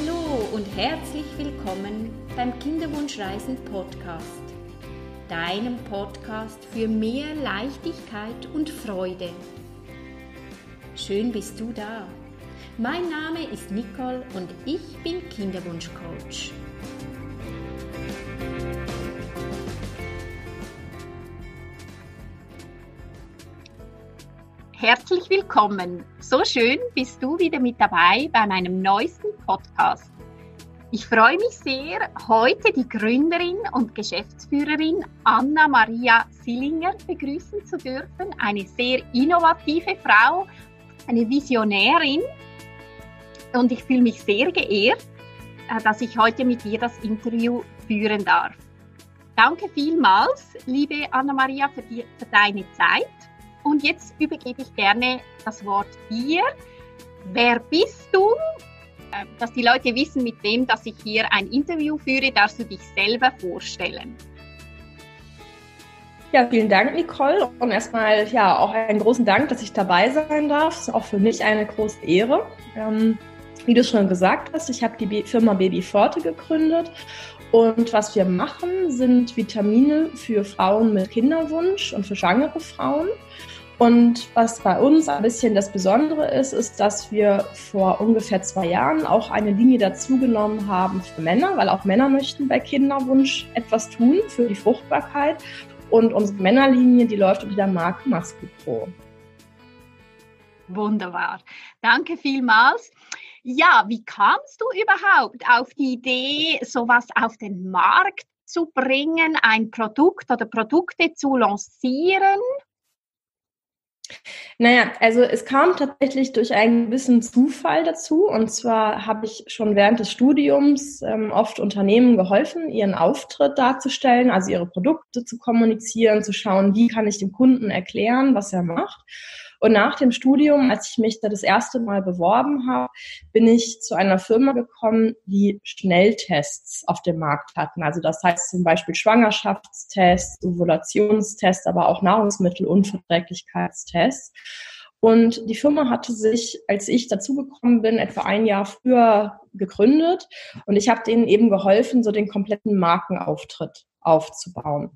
Hallo und herzlich willkommen beim Kinderwunschreisen Podcast, deinem Podcast für mehr Leichtigkeit und Freude. Schön bist du da. Mein Name ist Nicole und ich bin Kinderwunschcoach. Herzlich willkommen. So schön bist du wieder mit dabei bei meinem neuesten Podcast. Ich freue mich sehr, heute die Gründerin und Geschäftsführerin Anna-Maria Sillinger begrüßen zu dürfen. Eine sehr innovative Frau, eine Visionärin. Und ich fühle mich sehr geehrt, dass ich heute mit ihr das Interview führen darf. Danke vielmals, liebe Anna-Maria, für deine Zeit. Und jetzt übergebe ich gerne das Wort dir. Wer bist du? Dass die Leute wissen, mit wem dass ich hier ein Interview führe, darfst du dich selber vorstellen. Ja, vielen Dank, Nicole. Und erstmal auch einen großen Dank, dass ich dabei sein darf. Das ist auch für mich eine große Ehre. Wie du schon gesagt hast, ich habe die Firma Baby Forte gegründet. Und was wir machen, sind Vitamine für Frauen mit Kinderwunsch und für schwangere Frauen. Und was bei uns ein bisschen das Besondere ist, dass wir vor ungefähr 2 Jahren auch eine Linie dazugenommen haben für Männer, weil auch Männer möchten bei Kinderwunsch etwas tun für die Fruchtbarkeit. Und unsere Männerlinie, die läuft unter der Marke Mascupro. Wunderbar. Danke vielmals. Ja, wie kamst du überhaupt auf die Idee, sowas auf den Markt zu bringen, ein Produkt oder Produkte zu lancieren? Naja, also es kam tatsächlich durch einen gewissen Zufall dazu. Und zwar habe ich schon während des Studiums oft Unternehmen geholfen, ihren Auftritt darzustellen, also ihre Produkte zu kommunizieren, zu schauen, wie kann ich dem Kunden erklären, was er macht. Und nach dem Studium, als ich mich da das erste Mal beworben habe, bin ich zu einer Firma gekommen, die Schnelltests auf dem Markt hatten. Also das heißt zum Beispiel Schwangerschaftstests, Ovulationstests, aber auch Nahrungsmittelunverträglichkeitstests. Und die Firma hatte sich, als ich dazugekommen bin, etwa 1 Jahr früher gegründet. Und ich habe denen eben geholfen, so den kompletten Markenauftritt aufzubauen.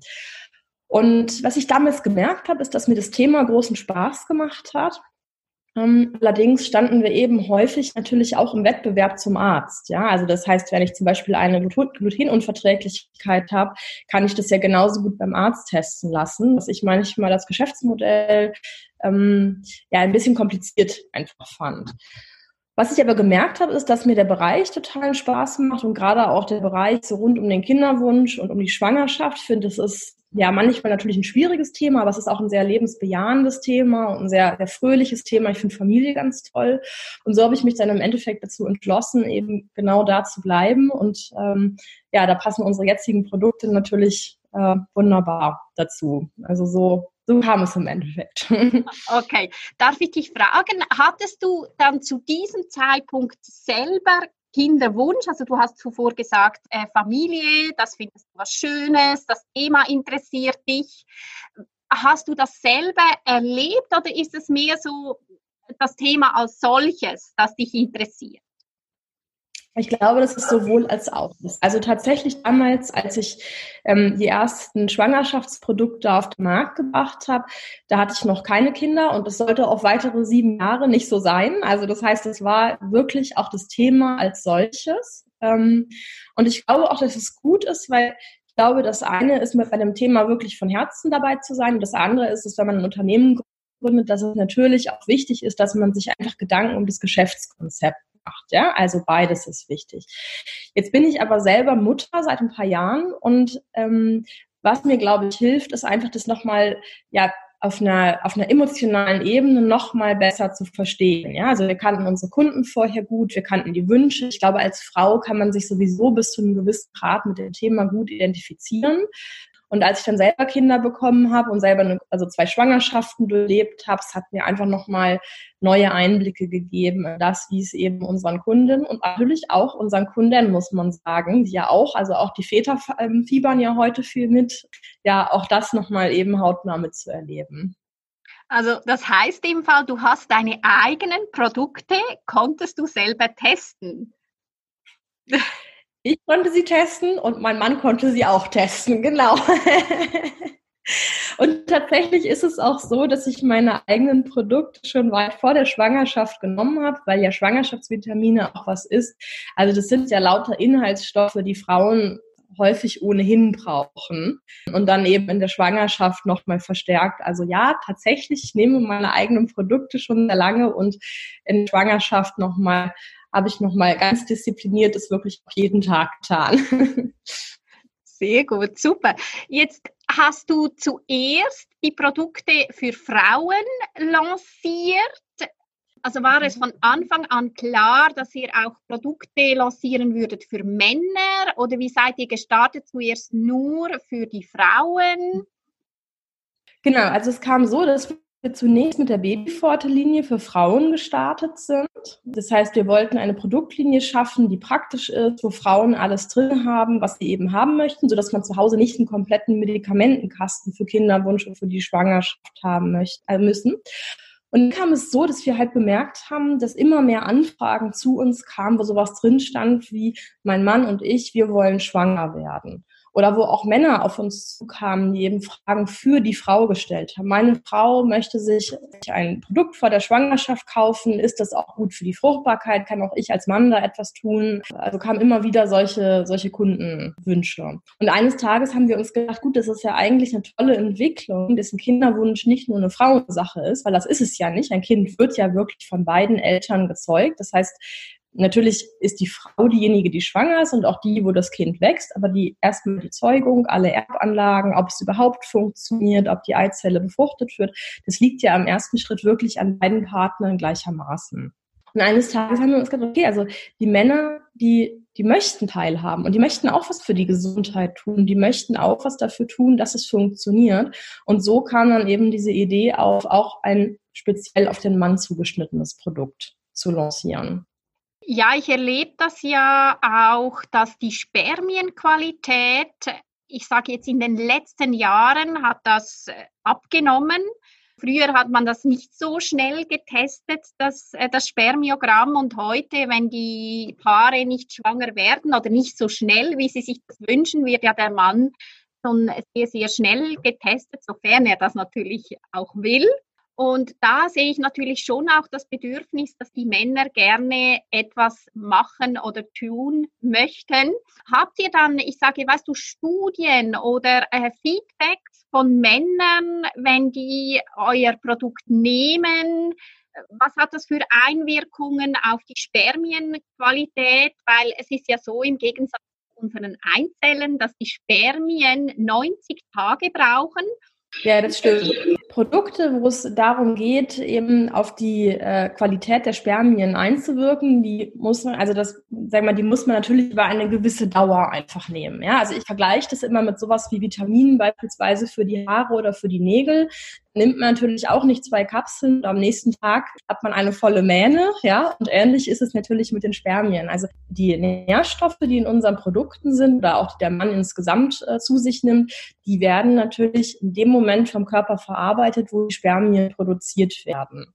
Und was ich damals gemerkt habe, ist, dass mir das Thema großen Spaß gemacht hat. Allerdings standen wir eben häufig natürlich auch im Wettbewerb zum Arzt. Ja, also das heißt, wenn ich zum Beispiel eine Glutenunverträglichkeit habe, kann ich das ja genauso gut beim Arzt testen lassen, was ich manchmal das Geschäftsmodell ein bisschen kompliziert einfach fand. Was ich aber gemerkt habe, ist, dass mir der Bereich totalen Spaß macht und gerade auch der Bereich so rund um den Kinderwunsch und um die Schwangerschaft. Ich finde, das ist ja manchmal natürlich ein schwieriges Thema, aber es ist auch ein sehr lebensbejahendes Thema und ein sehr, sehr fröhliches Thema. Ich finde Familie ganz toll. Und so habe ich mich dann im Endeffekt dazu entschlossen, eben genau da zu bleiben. Und da passen unsere jetzigen Produkte natürlich wunderbar dazu. Also so kam es im Endeffekt. Okay, darf ich dich fragen, hattest du dann zu diesem Zeitpunkt selber Kinderwunsch? Also du hast zuvor gesagt, Familie, das findest du was Schönes, das Thema interessiert dich. Hast du das selber erlebt oder ist es mehr so das Thema als solches, das dich interessiert? Ich glaube, das ist sowohl als auch. Also tatsächlich damals, als ich die ersten Schwangerschaftsprodukte auf den Markt gebracht habe, da hatte ich noch keine Kinder und das sollte auch weitere 7 Jahre nicht so sein. Also das heißt, es war wirklich auch das Thema als solches. Und ich glaube auch, dass es gut ist, weil ich glaube, das eine ist, mit bei dem Thema wirklich von Herzen dabei zu sein. Und das andere ist, dass wenn man ein Unternehmen gründet, dass es natürlich auch wichtig ist, dass man sich einfach Gedanken um das Geschäftskonzept macht, ja, also beides ist wichtig. Jetzt bin ich aber selber Mutter seit ein paar Jahren und was mir, glaube ich, hilft, ist einfach das nochmal, auf einer emotionalen Ebene nochmal besser zu verstehen, ja, also wir kannten unsere Kunden vorher gut, wir kannten die Wünsche, ich glaube, als Frau kann man sich sowieso bis zu einem gewissen Grad mit dem Thema gut identifizieren. Und als ich dann selber Kinder bekommen habe und selber 2 Schwangerschaften durchlebt habe, es hat mir einfach nochmal neue Einblicke gegeben in das, wie es eben unseren Kunden und natürlich auch unseren Kunden, muss man sagen, die ja auch, also auch die Väter fiebern ja heute viel mit, ja auch das nochmal eben hautnah mitzuerleben. Also das heißt im Fall, du hast deine eigenen Produkte, konntest du selber testen? Ich konnte sie testen und mein Mann konnte sie auch testen, genau. Und tatsächlich ist es auch so, dass ich meine eigenen Produkte schon weit vor der Schwangerschaft genommen habe, weil ja Schwangerschaftsvitamine auch was ist. Also das sind ja lauter Inhaltsstoffe, die Frauen häufig ohnehin brauchen und dann eben in der Schwangerschaft nochmal verstärkt. Also ja, tatsächlich, ich nehme meine eigenen Produkte schon sehr lange und in der Schwangerschaft habe ich nochmal ganz diszipliniert das wirklich auch jeden Tag getan. Sehr gut, super. Jetzt hast du zuerst die Produkte für Frauen lanciert. Also war es von Anfang an klar, dass ihr auch Produkte lancieren würdet für Männer? Oder wie seid ihr gestartet? Zuerst nur für die Frauen? Genau, also es kam so, dass wir zunächst mit der Babyforte-Linie für Frauen gestartet sind. Das heißt, wir wollten eine Produktlinie schaffen, die praktisch ist, wo Frauen alles drin haben, was sie eben haben möchten, sodass man zu Hause nicht einen kompletten Medikamentenkasten für Kinderwunsch und für die Schwangerschaft haben müssen. Und dann kam es so, dass wir halt bemerkt haben, dass immer mehr Anfragen zu uns kamen, wo sowas drin stand wie, mein Mann und ich, wir wollen schwanger werden. Oder wo auch Männer auf uns zukamen, die eben Fragen für die Frau gestellt haben. Meine Frau möchte sich ein Produkt vor der Schwangerschaft kaufen. Ist das auch gut für die Fruchtbarkeit? Kann auch ich als Mann da etwas tun? Also kamen immer wieder solche Kundenwünsche. Und eines Tages haben wir uns gedacht, gut, das ist ja eigentlich eine tolle Entwicklung, dass ein Kinderwunsch nicht nur eine Frauensache ist, weil das ist es ja nicht. Ein Kind wird ja wirklich von beiden Eltern gezeugt. Das heißt, natürlich ist die Frau diejenige, die schwanger ist und auch die, wo das Kind wächst, aber erstmal die Zeugung, alle Erbanlagen, ob es überhaupt funktioniert, ob die Eizelle befruchtet wird, das liegt ja im ersten Schritt wirklich an beiden Partnern gleichermaßen. Und eines Tages haben wir uns gedacht, okay, also die Männer, die möchten teilhaben und die möchten auch was für die Gesundheit tun, die möchten auch was dafür tun, dass es funktioniert. Und so kam dann eben diese Idee auf, auch ein speziell auf den Mann zugeschnittenes Produkt zu lancieren. Ja, ich erlebe das ja auch, dass die Spermienqualität, ich sage jetzt in den letzten Jahren, hat das abgenommen. Früher hat man das nicht so schnell getestet, das Spermiogramm. Und heute, wenn die Paare nicht schwanger werden oder nicht so schnell, wie sie sich das wünschen, wird ja der Mann schon sehr, sehr schnell getestet, sofern er das natürlich auch will. Und da sehe ich natürlich schon auch das Bedürfnis, dass die Männer gerne etwas machen oder tun möchten. Habt ihr dann, ich sage, weißt du, Studien oder Feedbacks von Männern, wenn die euer Produkt nehmen? Was hat das für Einwirkungen auf die Spermienqualität? Weil es ist ja so im Gegensatz zu unseren Eizellen, dass die Spermien 90 Tage brauchen. Ja, das stimmt. Produkte, wo es darum geht, eben auf die Qualität der Spermien einzuwirken, die muss man natürlich über eine gewisse Dauer einfach nehmen. Ja, also ich vergleiche das immer mit sowas wie Vitaminen beispielsweise für die Haare oder für die Nägel. Nimmt man natürlich auch nicht 2 Kapseln und am nächsten Tag hat man eine volle Mähne, ja, und ähnlich ist es natürlich mit den Spermien. Also die Nährstoffe, die in unseren Produkten sind oder auch die der Mann insgesamt zu sich nimmt, die werden natürlich in dem Moment vom Körper verarbeitet, wo die Spermien produziert werden.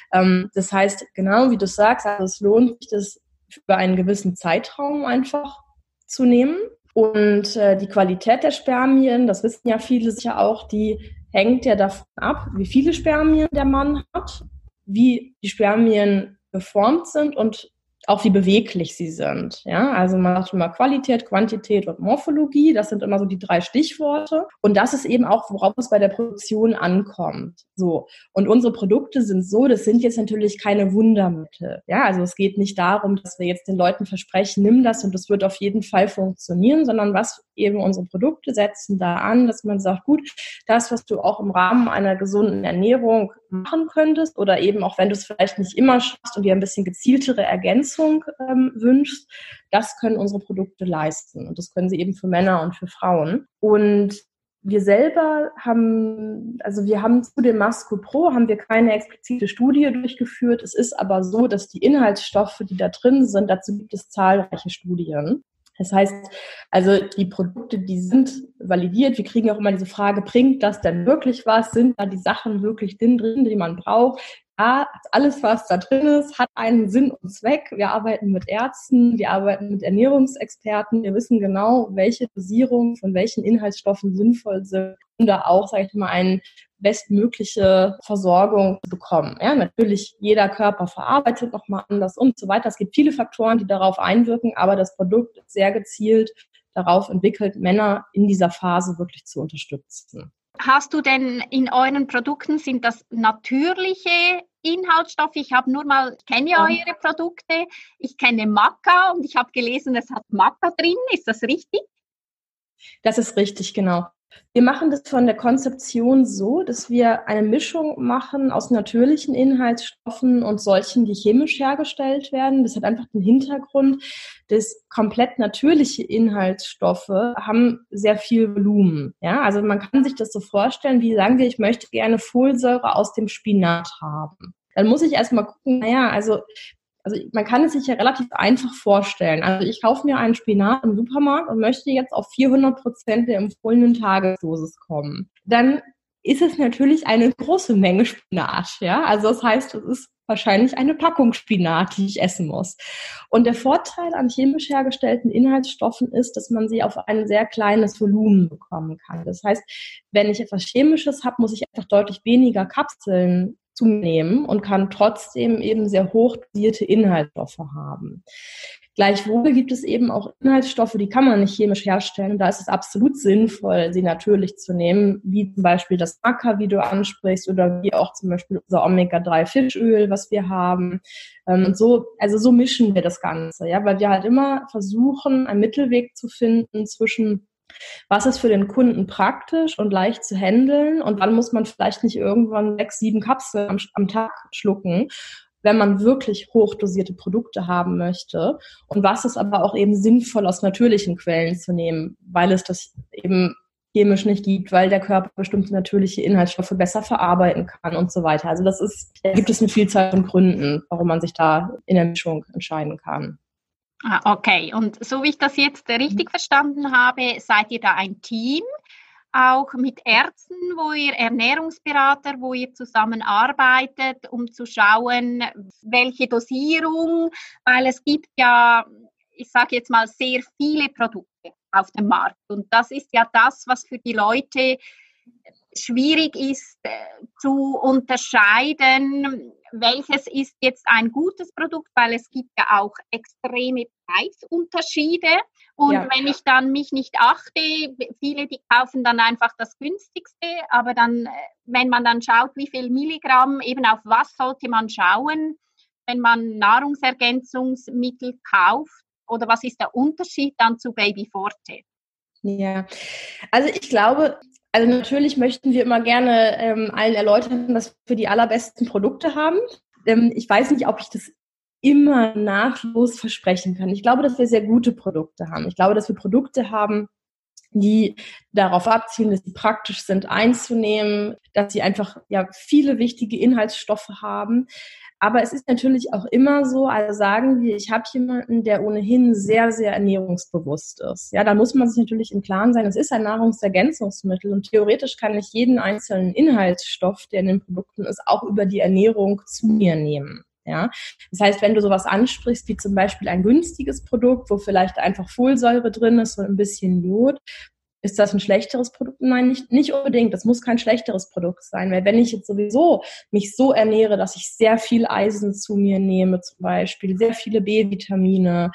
Das heißt, genau wie du sagst, also es lohnt sich, das über einen gewissen Zeitraum einfach zu nehmen. Und die Qualität der Spermien, das wissen ja viele sicher auch, die hängt ja davon ab, wie viele Spermien der Mann hat, wie die Spermien geformt sind und auch wie beweglich sie sind. Ja, also man sagt immer Qualität, Quantität und Morphologie. Das sind immer so die 3 Stichworte. Und das ist eben auch, worauf es bei der Produktion ankommt. So. Und unsere Produkte sind so, das sind jetzt natürlich keine Wundermittel. Ja, also es geht nicht darum, dass wir jetzt den Leuten versprechen, nimm das und das wird auf jeden Fall funktionieren, sondern was eben unsere Produkte setzen da an, dass man sagt, gut, das, was du auch im Rahmen einer gesunden Ernährung machen könntest oder eben auch wenn du es vielleicht nicht immer schaffst und dir ein bisschen gezieltere Ergänzung wünschst, das können unsere Produkte leisten und das können sie eben für Männer und für Frauen. Und wir selber haben zu dem Masco Pro haben wir keine explizite Studie durchgeführt. Es ist aber so, dass die Inhaltsstoffe, die da drin sind, dazu gibt es zahlreiche Studien. Das heißt, also die Produkte, die sind validiert. Wir kriegen auch immer diese Frage, bringt das denn wirklich was? Sind da die Sachen wirklich drin, die man braucht? ja, alles, was da drin ist, hat einen Sinn und Zweck. Wir arbeiten mit Ärzten, wir arbeiten mit Ernährungsexperten. Wir wissen genau, welche Dosierung von welchen Inhaltsstoffen sinnvoll sind, um da auch, sage ich mal, eine bestmögliche Versorgung zu bekommen. Ja, natürlich, jeder Körper verarbeitet nochmal anders und so weiter. Es gibt viele Faktoren, die darauf einwirken, aber das Produkt ist sehr gezielt darauf entwickelt, Männer in dieser Phase wirklich zu unterstützen. Hast du denn in euren Produkten, sind das natürliche Inhaltsstoffe? Ich kenne ja eure Produkte, ich kenne Maca und ich habe gelesen, es hat Maca drin. Ist das richtig? Das ist richtig, genau. Wir machen das von der Konzeption so, dass wir eine Mischung machen aus natürlichen Inhaltsstoffen und solchen, die chemisch hergestellt werden. Das hat einfach den Hintergrund, dass komplett natürliche Inhaltsstoffe haben sehr viel Volumen. Ja, also man kann sich das so vorstellen, wie sagen wir, ich möchte gerne Folsäure aus dem Spinat haben. Dann muss ich erstmal gucken, also man kann es sich ja relativ einfach vorstellen. Also ich kaufe mir einen Spinat im Supermarkt und möchte jetzt auf 400% der empfohlenen Tagesdosis kommen. Dann ist es natürlich eine große Menge Spinat. Ja? Also das heißt, es ist wahrscheinlich eine Packung Spinat, die ich essen muss. Und der Vorteil an chemisch hergestellten Inhaltsstoffen ist, dass man sie auf ein sehr kleines Volumen bekommen kann. Das heißt, wenn ich etwas Chemisches habe, muss ich einfach deutlich weniger Kapseln zunehmen und kann trotzdem eben sehr hoch dosierte Inhaltsstoffe haben. Gleichwohl gibt es eben auch Inhaltsstoffe, die kann man nicht chemisch herstellen. Und da ist es absolut sinnvoll, sie natürlich zu nehmen, wie zum Beispiel das Maca, wie du ansprichst, oder wie auch zum Beispiel unser Omega-3-Fischöl, was wir haben. Und so mischen wir das Ganze, ja, weil wir halt immer versuchen, einen Mittelweg zu finden zwischen was ist für den Kunden praktisch und leicht zu handeln und wann muss man vielleicht nicht irgendwann 6, 7 Kapseln am Tag schlucken, wenn man wirklich hochdosierte Produkte haben möchte. Und was ist aber auch eben sinnvoll aus natürlichen Quellen zu nehmen, weil es das eben chemisch nicht gibt, weil der Körper bestimmte natürliche Inhaltsstoffe besser verarbeiten kann und so weiter. Also da gibt es eine Vielzahl von Gründen, warum man sich da in der Mischung entscheiden kann. Okay, und so wie ich das jetzt richtig verstanden habe, seid ihr da ein Team, auch mit Ärzten, Ernährungsberater, wo ihr zusammenarbeitet, um zu schauen, welche Dosierung, weil es gibt ja, ich sage jetzt mal, sehr viele Produkte auf dem Markt. Und das ist ja das, was für die Leute schwierig ist zu unterscheiden, welches ist jetzt ein gutes Produkt, weil es gibt ja auch extreme Preisunterschiede. Und wenn ich dann mich nicht achte, viele, die kaufen dann einfach das günstigste, aber dann, wenn man dann schaut, wie viel Milligramm, eben auf was sollte man schauen, wenn man Nahrungsergänzungsmittel kauft, oder was ist der Unterschied dann zu Baby Forte? Ja, also ich glaube, natürlich möchten wir immer gerne allen erläutern, dass wir die allerbesten Produkte haben. Ich weiß nicht, ob ich das immer nahtlos versprechen kann. Ich glaube, dass wir sehr gute Produkte haben. Ich glaube, dass wir Produkte haben, die darauf abzielen, dass sie praktisch sind einzunehmen, dass sie einfach viele wichtige Inhaltsstoffe haben. Aber es ist natürlich auch immer so, also sagen wir, ich habe jemanden, der ohnehin sehr, sehr ernährungsbewusst ist. Ja, da muss man sich natürlich im Klaren sein, es ist ein Nahrungsergänzungsmittel und theoretisch kann ich jeden einzelnen Inhaltsstoff, der in den Produkten ist, auch über die Ernährung zu mir nehmen. Ja, das heißt, wenn du sowas ansprichst, wie zum Beispiel ein günstiges Produkt, wo vielleicht einfach Folsäure drin ist und ein bisschen Jod, ist das ein schlechteres Produkt? Nein, nicht unbedingt. Das muss kein schlechteres Produkt sein, weil wenn ich jetzt sowieso mich so ernähre, dass ich sehr viel Eisen zu mir nehme, zum Beispiel sehr viele B-Vitamine,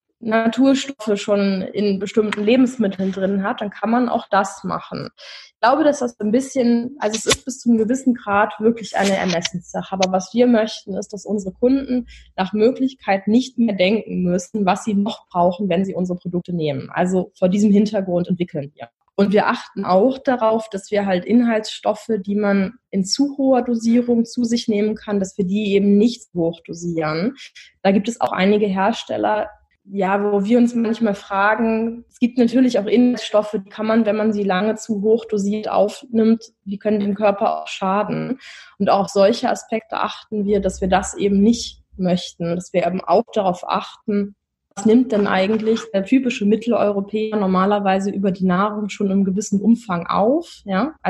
Naturstoffe schon in bestimmten Lebensmitteln drin hat, dann kann man auch das machen. Ich glaube, dass das ein bisschen, also es ist bis zu einem gewissen Grad wirklich eine Ermessenssache. Aber was wir möchten, ist, dass unsere Kunden nach Möglichkeit nicht mehr denken müssen, was sie noch brauchen, wenn sie unsere Produkte nehmen. Also vor diesem Hintergrund entwickeln wir. Und wir achten auch darauf, dass wir halt Inhaltsstoffe, die man in zu hoher Dosierung zu sich nehmen kann, dass wir die eben nicht hoch dosieren. Da gibt es auch einige Hersteller, wo wir uns manchmal fragen, es gibt natürlich auch Inhaltsstoffe, die kann man, wenn man sie lange zu hoch dosiert aufnimmt, die können dem Körper auch schaden. Und auch auf solche Aspekte achten wir, dass wir das eben nicht möchten, dass wir eben auch darauf achten, was nimmt denn eigentlich der typische Mitteleuropäer normalerweise über die Nahrung schon im gewissen Umfang auf? Ja, also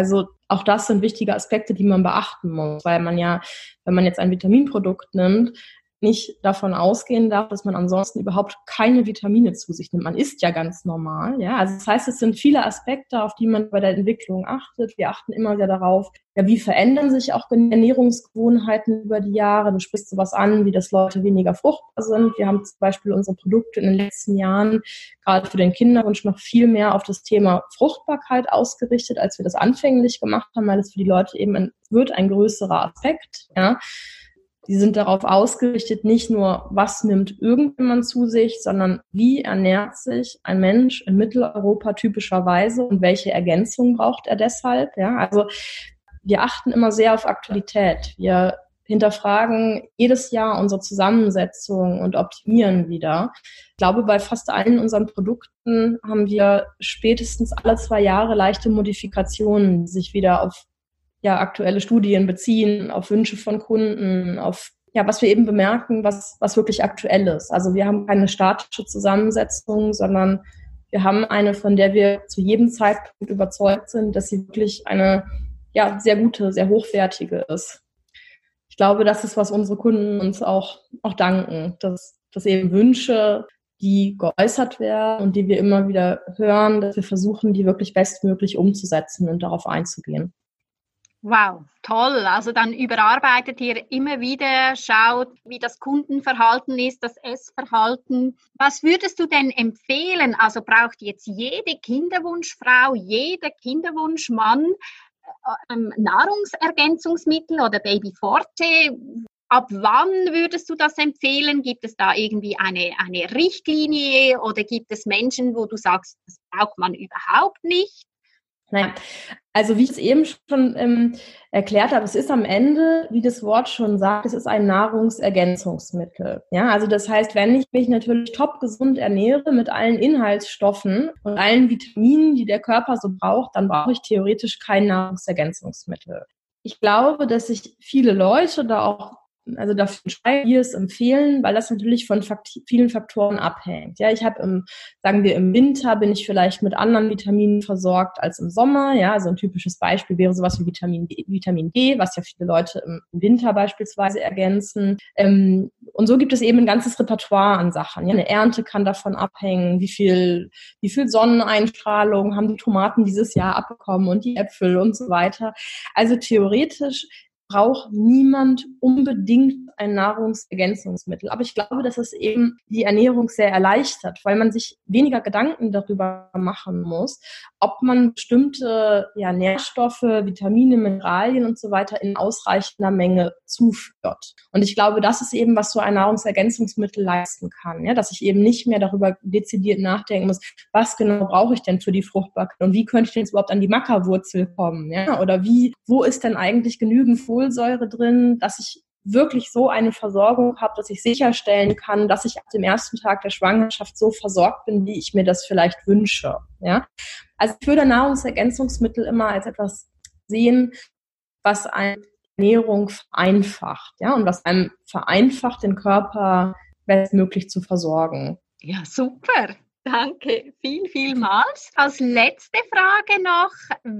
auch das sind wichtige Aspekte, die man beachten muss, weil man ja, wenn man jetzt ein Vitaminprodukt nimmt, nicht davon ausgehen darf, dass man ansonsten überhaupt keine Vitamine zu sich nimmt. Man isst ja ganz normal, ja. Also das heißt, es sind viele Aspekte, auf die man bei der Entwicklung achtet. Wir achten immer wieder darauf, ja, wie verändern sich auch Ernährungsgewohnheiten über die Jahre. Du sprichst sowas an, wie dass Leute weniger fruchtbar sind. Wir haben zum Beispiel unsere Produkte in den letzten Jahren gerade für den Kinderwunsch noch viel mehr auf das Thema Fruchtbarkeit ausgerichtet, als wir das anfänglich gemacht haben, weil es für die Leute eben wird ein größerer Aspekt, ja. Die sind darauf ausgerichtet, nicht nur, was nimmt irgendjemand zu sich, sondern wie ernährt sich ein Mensch in Mitteleuropa typischerweise und welche Ergänzung braucht er deshalb. Ja, also wir achten immer sehr auf Aktualität. Wir hinterfragen jedes Jahr unsere Zusammensetzung und optimieren wieder. Ich glaube, bei fast allen unseren Produkten haben wir spätestens alle 2 Jahre leichte Modifikationen, die sich wieder auf aktuelle Studien beziehen, auf Wünsche von Kunden, auf was wir eben bemerken, was wirklich aktuell ist. Also wir haben keine statische Zusammensetzung, sondern wir haben eine, von der wir zu jedem Zeitpunkt überzeugt sind, dass sie wirklich eine sehr gute, sehr hochwertige ist. Ich glaube, das ist, was unsere Kunden uns auch danken, dass eben Wünsche, die geäußert werden und die wir immer wieder hören, dass wir versuchen, die wirklich bestmöglich umzusetzen und darauf einzugehen. Wow, toll. Also dann überarbeitet ihr immer wieder, schaut, wie das Kundenverhalten ist, das Essverhalten. Was würdest du denn empfehlen? Also braucht jetzt jede Kinderwunschfrau, jeder Kinderwunschmann Nahrungsergänzungsmittel oder Baby Forte? Ab wann würdest du das empfehlen? Gibt es da irgendwie eine Richtlinie oder gibt es Menschen, wo du sagst, das braucht man überhaupt nicht? Nein, also wie ich es eben schon erklärt habe, es ist am Ende, wie das Wort schon sagt, es ist ein Nahrungsergänzungsmittel. Ja, also das heißt, wenn ich mich natürlich top gesund ernähre mit allen Inhaltsstoffen und allen Vitaminen, die der Körper so braucht, dann brauche ich theoretisch kein Nahrungsergänzungsmittel. Ich glaube, dass sich viele Leute da auch dafür entscheiden, wir es empfehlen, weil das natürlich von vielen Faktoren abhängt. Ja, ich habe sagen wir im Winter bin ich vielleicht mit anderen Vitaminen versorgt als im Sommer. Ja, also ein typisches Beispiel wäre sowas wie Vitamin D, was ja viele Leute im Winter beispielsweise ergänzen. Und so gibt es eben ein ganzes Repertoire an Sachen. Ja, eine Ernte kann davon abhängen, wie viel Sonneneinstrahlung haben die Tomaten dieses Jahr abbekommen und die Äpfel und so weiter. Also theoretisch braucht niemand unbedingt ein Nahrungsergänzungsmittel. Aber ich glaube, dass es eben die Ernährung sehr erleichtert, weil man sich weniger Gedanken darüber machen muss, ob man bestimmte Nährstoffe, Vitamine, Mineralien und so weiter in ausreichender Menge zuführt. Und ich glaube, das ist eben, was so ein Nahrungsergänzungsmittel leisten kann, ja, dass ich eben nicht mehr darüber dezidiert nachdenken muss, was genau brauche ich denn für die Fruchtbarkeit und wie könnte ich denn jetzt überhaupt an die Mackerwurzel kommen, ja, oder wo ist denn eigentlich genügend Folsäure drin, dass ich wirklich so eine Versorgung habe, dass ich sicherstellen kann, dass ich ab dem ersten Tag der Schwangerschaft so versorgt bin, wie ich mir das vielleicht wünsche. Ja? Also ich würde Nahrungsergänzungsmittel immer als etwas sehen, was eine Ernährung vereinfacht, ja, und was einem vereinfacht, den Körper bestmöglich zu versorgen. Ja, super. Danke vielmals. Als letzte Frage noch,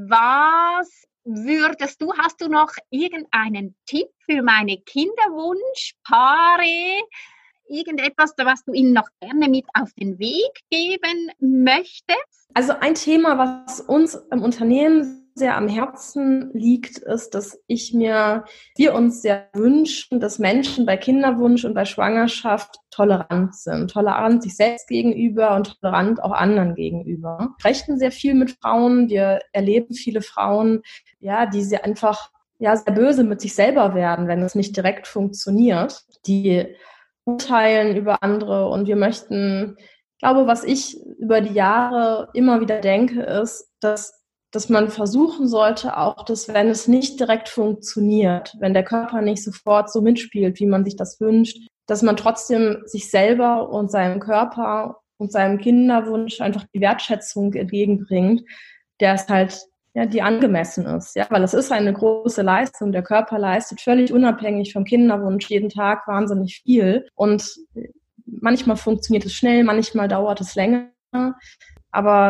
hast du noch irgendeinen Tipp für meine Kinderwunschpaare? Irgendetwas, was du ihnen noch gerne mit auf den Weg geben möchtest? Also ein Thema, was uns im Unternehmen sehr am Herzen liegt, ist, dass wir uns sehr wünschen, dass Menschen bei Kinderwunsch und bei Schwangerschaft tolerant sind. Tolerant sich selbst gegenüber und tolerant auch anderen gegenüber. Wir sprechen sehr viel mit Frauen. Wir erleben viele Frauen, die sie einfach sehr böse mit sich selber werden, wenn es nicht direkt funktioniert. Die urteilen über andere und wir möchten, ich glaube, was ich über die Jahre immer wieder denke, ist, dass man versuchen sollte, auch dass, wenn es nicht direkt funktioniert, wenn der Körper nicht sofort so mitspielt, wie man sich das wünscht, dass man trotzdem sich selber und seinem Körper und seinem Kinderwunsch einfach die Wertschätzung entgegenbringt, der es halt die angemessen ist, ja, weil es ist eine große Leistung. Der Körper leistet völlig unabhängig vom Kinderwunsch jeden Tag wahnsinnig viel und manchmal funktioniert es schnell, manchmal dauert es länger, aber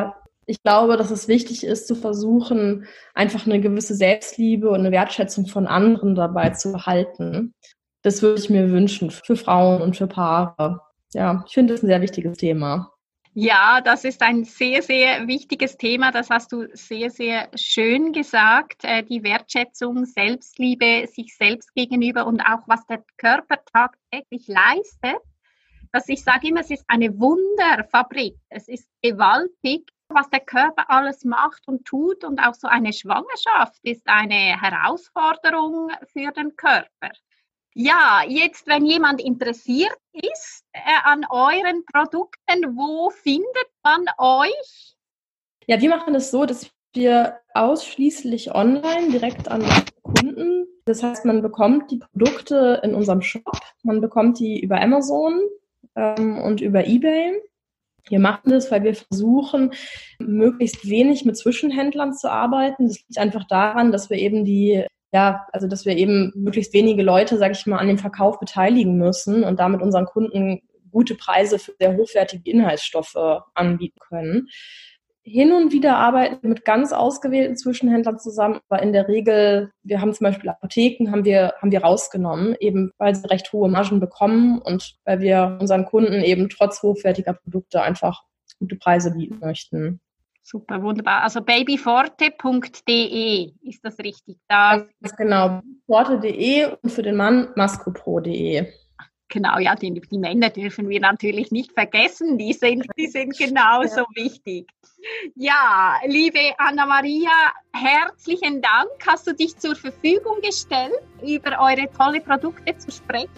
Ich glaube, dass es wichtig ist, zu versuchen, einfach eine gewisse Selbstliebe und eine Wertschätzung von anderen dabei zu behalten. Das würde ich mir wünschen für Frauen und für Paare. Ja, ich finde das ein sehr wichtiges Thema. Ja, das ist ein sehr, sehr wichtiges Thema. Das hast du sehr, sehr schön gesagt. Die Wertschätzung, Selbstliebe, sich selbst gegenüber und auch was der Körper tagtäglich leistet. Ich sage immer, es ist eine Wunderfabrik. Es ist gewaltig, was der Körper alles macht und tut. Und auch so eine Schwangerschaft ist eine Herausforderung für den Körper. Ja, jetzt, wenn jemand interessiert ist an euren Produkten, wo findet man euch? Ja, wir machen es so, dass wir ausschließlich online direkt an Kunden. Das heißt, man bekommt die Produkte in unserem Shop, man bekommt die über Amazon und über eBay. Wir machen das, weil wir versuchen, möglichst wenig mit Zwischenhändlern zu arbeiten. Das liegt einfach daran, dass wir eben dass wir eben möglichst wenige Leute, sage ich mal, an dem Verkauf beteiligen müssen und damit unseren Kunden gute Preise für sehr hochwertige Inhaltsstoffe anbieten können. Hin und wieder arbeiten wir mit ganz ausgewählten Zwischenhändlern zusammen, aber in der Regel, wir haben zum Beispiel Apotheken, haben wir rausgenommen, eben weil sie recht hohe Margen bekommen und weil wir unseren Kunden eben trotz hochwertiger Produkte einfach gute Preise bieten möchten. Super, wunderbar. Also babyforte.de, ist das richtig? Da genau, forte.de und für den Mann mascopro.de. Genau, ja, die Männer dürfen wir natürlich nicht vergessen, die sind genauso wichtig. Ja, liebe Anna-Maria, herzlichen Dank. Hast du dich zur Verfügung gestellt, über eure tolle Produkte zu sprechen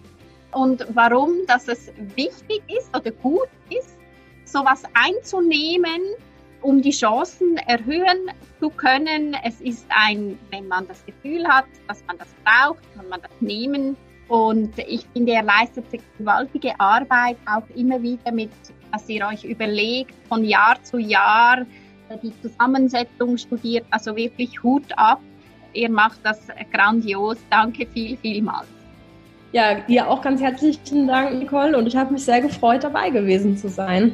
und warum, dass es wichtig ist oder gut ist, sowas einzunehmen, um die Chancen erhöhen zu können. Es ist wenn man das Gefühl hat, dass man das braucht, kann man das nehmen. Und ich finde, ihr leistet eine gewaltige Arbeit, auch immer wieder dass ihr euch überlegt, von Jahr zu Jahr die Zusammensetzung studiert. Also wirklich Hut ab. Ihr macht das grandios. Danke vielmals. Ja, dir auch ganz herzlichen Dank, Nicole. Und ich habe mich sehr gefreut, dabei gewesen zu sein.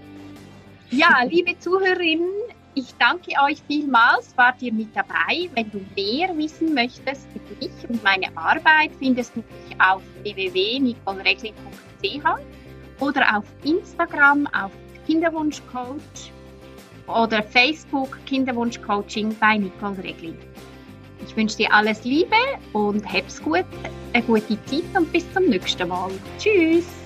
Ja, liebe Zuhörerinnen, ich danke euch vielmals, wart ihr mit dabei. Wenn du mehr wissen möchtest über mich und meine Arbeit, findest du mich auf www.nicoleregli.ch oder auf Instagram auf Kinderwunschcoach oder Facebook Kinderwunschcoaching bei Nicole Regli. Ich wünsche dir alles Liebe und hab's gut, eine gute Zeit und bis zum nächsten Mal. Tschüss!